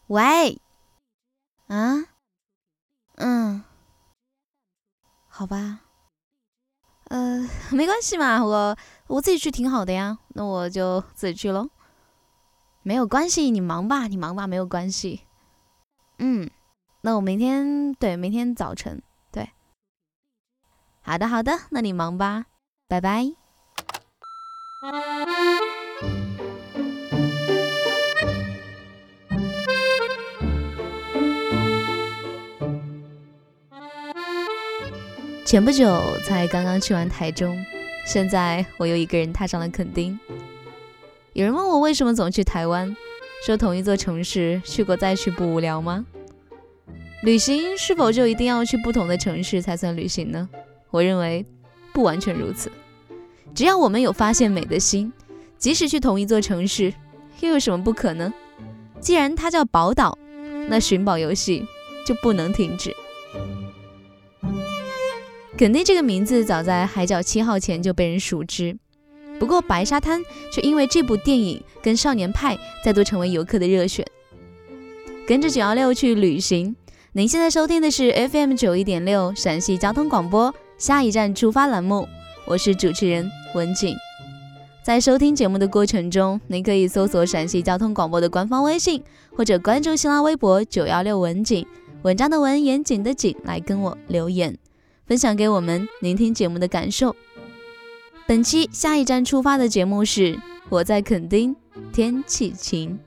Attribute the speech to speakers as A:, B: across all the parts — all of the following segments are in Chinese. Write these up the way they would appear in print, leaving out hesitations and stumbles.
A: 喂，啊，好吧，没关系嘛，我自己去挺好的呀，那我就自己去咯。没有关系，你忙吧，没有关系。那我明天早晨，对，好的，那你忙吧，拜拜。前不久才刚刚去完台中，现在我又一个人踏上了垦丁。有人问我为什么总去台湾，说同一座城市去过再去不无聊吗？旅行是否就一定要去不同的城市才算旅行呢？我认为不完全如此。只要我们有发现美的心，即使去同一座城市，又有什么不可呢？既然它叫宝岛，那寻宝游戏就不能停止。垦丁这个名字早在海角7号前就被人熟知，不过白沙滩却因为这部电影跟少年派再度成为游客的热选。跟着916去旅行，您现在收听的是 FM 91.6陕西交通广播下一站出发栏目，我是主持人文景。在收听节目的过程中，您可以搜索陕西交通广播的官方微信，或者关注新浪微博916文景，文章的文，严谨的谨，来跟我留言分享给我们聆听节目的感受。本期下一站出发的节目是我在垦丁，天气晴。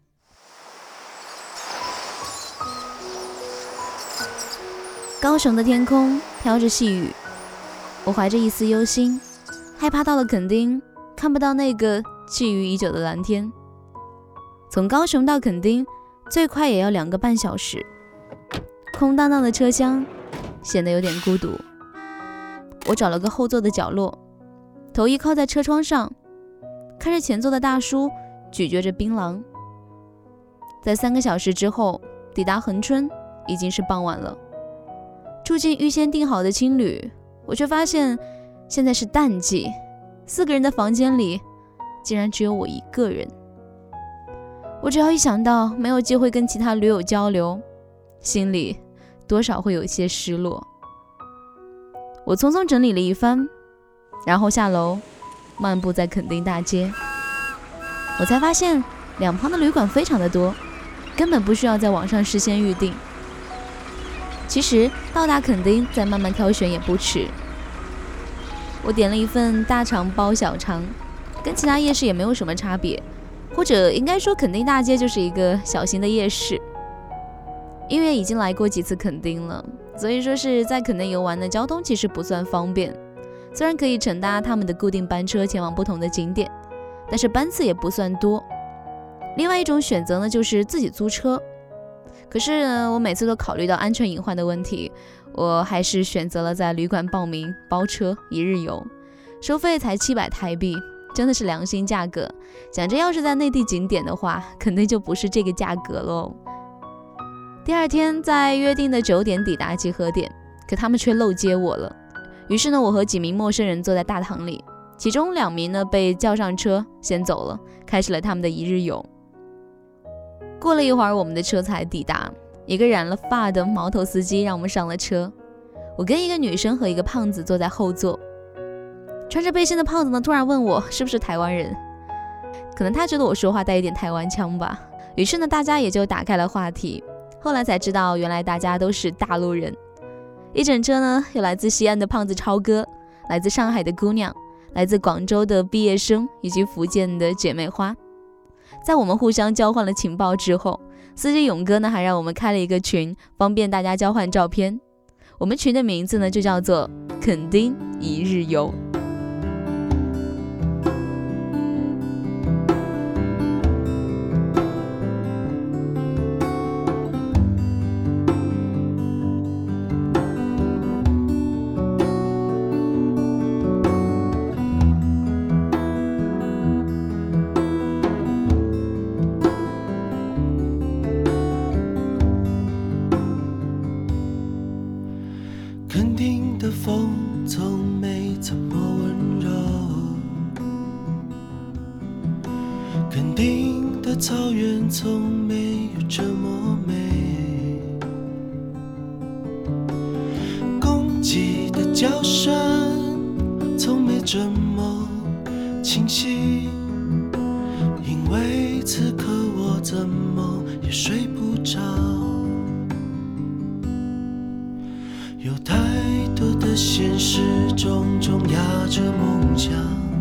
A: 高雄的天空飘着细雨，我怀着一丝忧心，害怕到了垦丁看不到那个觊觎已久的蓝天。从高雄到垦丁最快也要2个半小时，空荡荡的车厢显得有点孤独。我找了个后座的角落，头依靠在车窗上，看着前座的大叔咀嚼着槟榔。在3个小时之后抵达恒春，已经是傍晚了。住进预先订好的青旅，我却发现现在是淡季，4个人的房间里竟然只有我一个人。我只要一想到没有机会跟其他驴友交流，心里多少会有一些失落。我匆匆整理了一番，然后下楼漫步在垦丁大街。我才发现两旁的旅馆非常的多，根本不需要在网上事先预定。其实到达垦丁再慢慢挑选也不迟。我点了一份大肠包小肠，跟其他夜市也没有什么差别，或者应该说垦丁大街就是一个小型的夜市。因为已经来过几次垦丁了，所以说是在垦丁游玩的交通其实不算方便，虽然可以乘搭他们的固定班车前往不同的景点，但是班次也不算多。另外一种选择呢，就是自己租车，可是呢，我每次都考虑到安全隐患的问题，我还是选择了在旅馆报名包车1日游，收费才700台币，真的是良心价格。想着要是在内地景点的话，肯定就不是这个价格咯。第二天在约定的9点抵达集合点，可他们却漏接我了。于是呢，我和几名陌生人坐在大堂里，其中2名呢被叫上车先走了，开始了他们的1日游。过了一会儿，我们的车才抵达，一个染了发的毛头司机让我们上了车。我跟一个女生和一个胖子坐在后座。穿着背心的胖子呢，突然问我是不是台湾人，可能他觉得我说话带一点台湾腔吧。于是呢，大家也就打开了话题。后来才知道，原来大家都是大陆人。一整车呢，有来自西安的胖子超哥，来自上海的姑娘，来自广州的毕业生，以及福建的姐妹花。在我们互相交换了情报之后，司机勇哥呢还让我们开了一个群，方便大家交换照片。我们群的名字呢就叫做垦丁1日游。
B: 肯定的风从没这么温柔，肯定的草原从没有这么美。公鸡的叫声从没这么清晰，因为此刻我怎么也睡不着。有太多的现实重重压着梦想，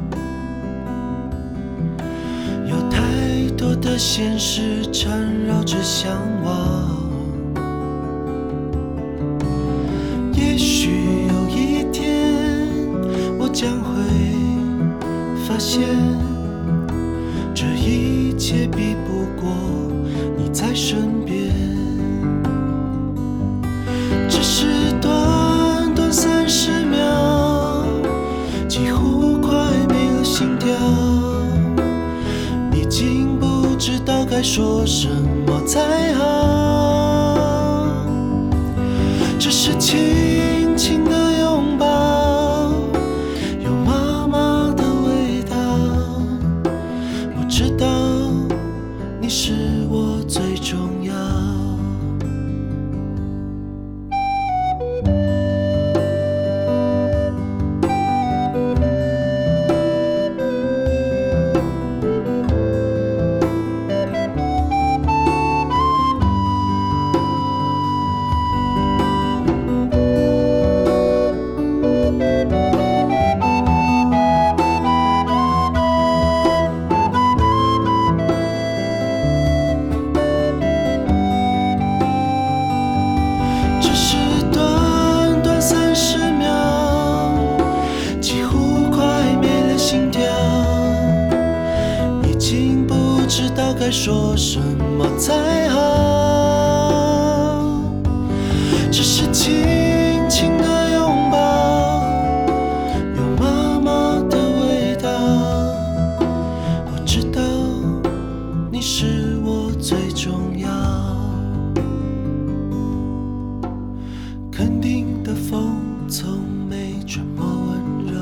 B: 有太多的现实缠绕着向往。也许有一天我将会发现，这一切比不过你在身边。只是短短30秒，几乎快没了心跳，已经不知道该说什么才好。只是轻轻的拥抱，有妈妈的味道，我知道你是我最重要。该说什么才好？只是轻轻的拥抱，有妈妈的味道，我知道你是我最重要。肯定的风从没这么温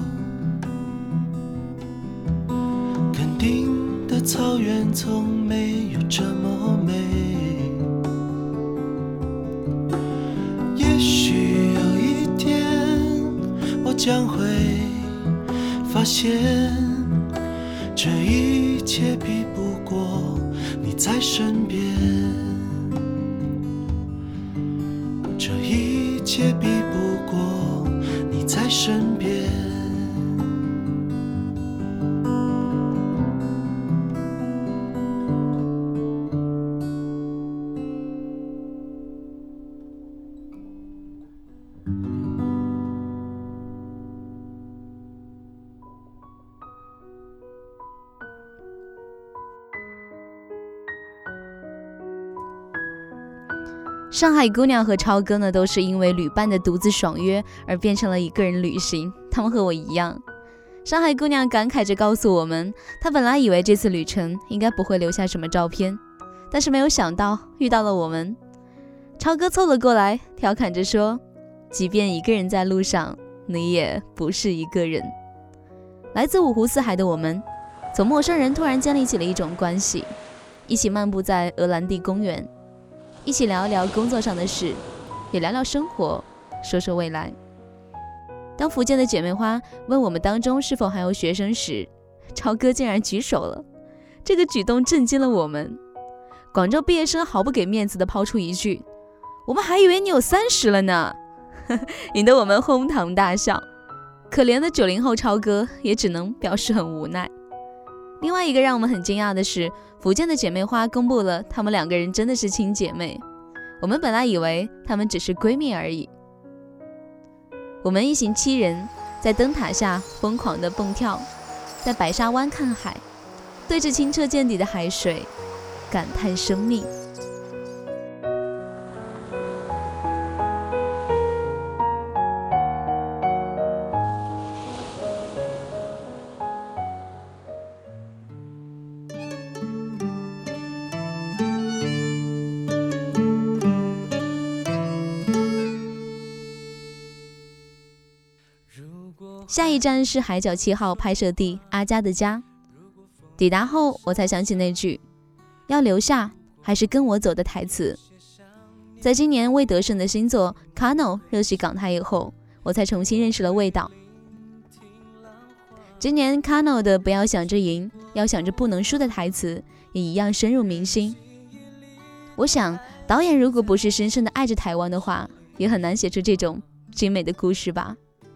B: 柔，肯定的草原从没有这么美。也许有一天我将会发现，这一切比不过你在身边，这一切比不过你在身边。
A: 上海姑娘和超哥呢，都是因为旅伴的独自爽约而变成了一个人旅行。他们和我一样，上海姑娘感慨着告诉我们，她本来以为这次旅程应该不会留下什么照片，但是没有想到遇到了我们。超哥凑了过来，调侃着说，即便一个人在路上，你也不是一个人。来自五湖四海的我们，从陌生人突然建立起了一种关系，一起漫步在鹅兰地公园，一起聊一聊工作上的事，也聊聊生活，说说未来。当福建的姐妹花问我们当中是否还有学生时，超哥竟然举手了，这个举动震惊了我们。广州毕业生毫不给面子地抛出一句，我们还以为你有30了呢，引得我们哄堂大笑。可怜的90后超哥也只能表示很无奈。另外一个让我们很惊讶的是，福建的姐妹花公布了她们2个人真的是亲姐妹，我们本来以为她们只是闺蜜而已。我们一行7人在灯塔下疯狂地蹦跳，在白沙湾看海，对着清澈见底的海水感叹生命。下一站是海角7号拍摄地阿佳的家。抵达后，我才想起那句要留下还是跟我走的台词。在今年魏德胜的新作 Kano 热许港台以后，我才重新认识了魏导。今年 Kano 的不要想着赢，要想着不能输的台词也一样深入民心。我想导演如果不是深深的爱着台湾的话，也很难写出这种精美的故事吧。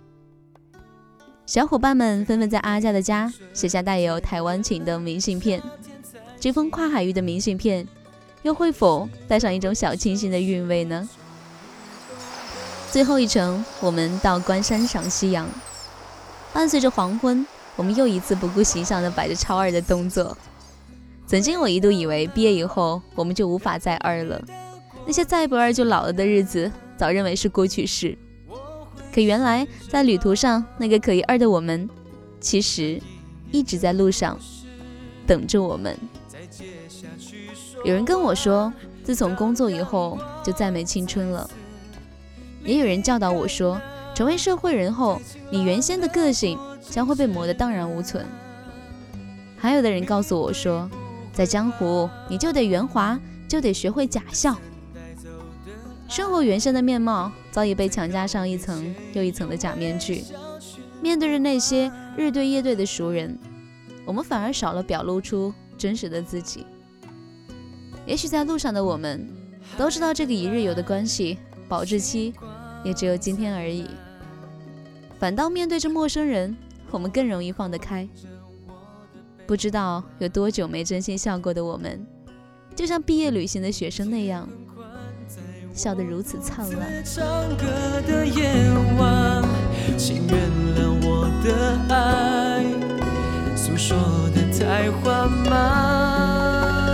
A: 小伙伴们纷纷在阿家的家写下带有台湾情的明信片，这封跨海域的明信片又会否带上一种小清新的韵味呢？最后一程，我们到关山赏夕阳。伴随着黄昏，我们又一次不顾形象地摆着超二的动作。曾经我一度以为毕业以后我们就无法再二了，那些再不二就老了的日子早认为是过去式。可原来在旅途上那个可以二的我们，其实一直在路上等着我们。有人跟我说，自从工作以后就再没青春了。也有人教导我说，成为社会人后，你原先的个性将会被磨得荡然无存。还有的人告诉我说，在江湖你就得圆滑，就得学会假笑。生活原先的面貌早已被强加上一层又一层的假面具。面对着那些日对夜对的熟人，我们反而少了表露出真实的自己。也许在路上的我们都知道，这个一日游的关系保质期也只有今天而已。反倒面对着陌生人，我们更容易放得开。不知道有多久没真心笑过的我们，就像毕业旅行的学生那样，笑得如此灿烂。
B: 唱歌的夜晚，请原谅我的爱，诉说的太缓慢。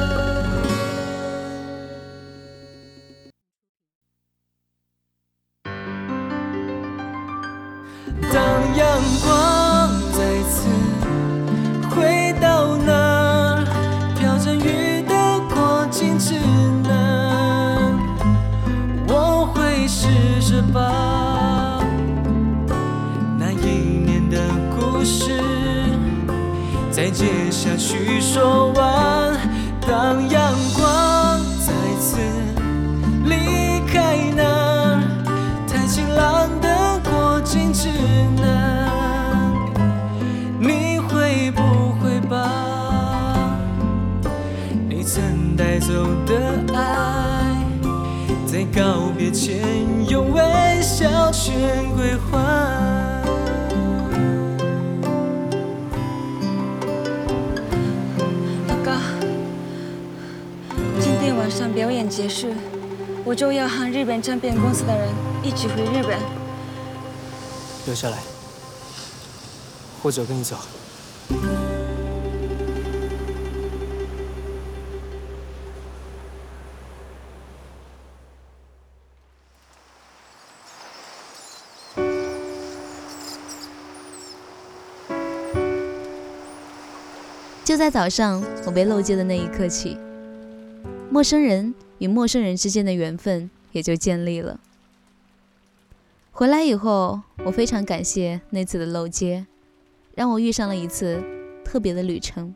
B: 当阳光再次回到那儿，飘着雨的过境之南，我会试着把那一年的故事再接下去说完。当阳光再次离开那儿太晴朗的过境之南，你会不会把你曾带走的爱，在告别前用微笑全归还？
C: 老高，今天晚上表演结束，我就要和日本唱片公司的人一起回日本。
D: 留下来，或者跟你走。
A: 就在早上我被漏接的那一刻起，陌生人与陌生人之间的缘分也就建立了。回来以后，我非常感谢那次的漏接，让我遇上了一次特别的旅程。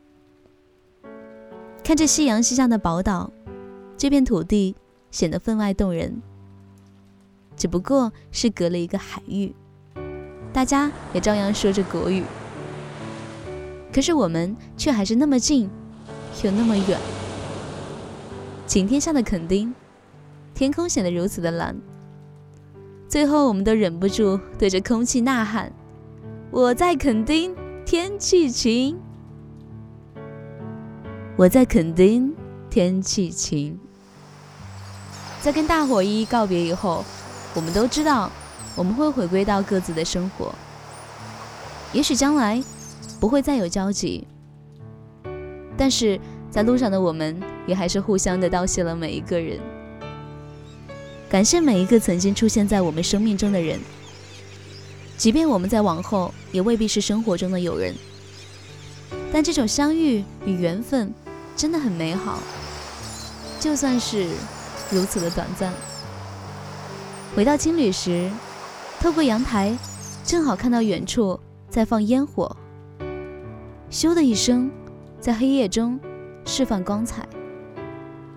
A: 看着夕阳西下的宝岛，这片土地显得分外动人。只不过是隔了一个海域，大家也照样说着国语，可是我们却还是那么近，又那么远。晴天下的垦丁，天空显得如此的蓝。最后我们都忍不住对着空气呐喊，我在垦丁，天气晴。我在垦丁，天气晴。在跟大伙一一告别以后，我们都知道我们会回归到各自的生活，也许将来不会再有交集，但是在路上的我们也还是互相的道谢了每一个人。感谢每一个曾经出现在我们生命中的人，即便我们在往后也未必是生活中的友人，但这种相遇与缘分真的很美好，就算是如此的短暂。回到青旅时，透过阳台正好看到远处在放烟火，咻的一声，在黑夜中释放光彩。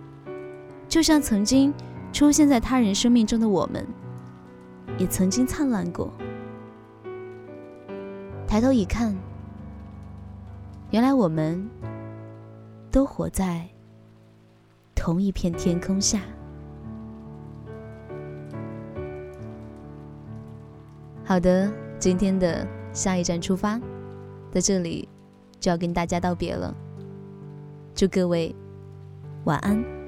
A: 就像曾经出现在他人生命中的我们，也曾经灿烂过。抬头一看，原来我们都活在同一片天空下。好的，今天的下一站出发，在这里就要跟大家道别了。祝各位晚安。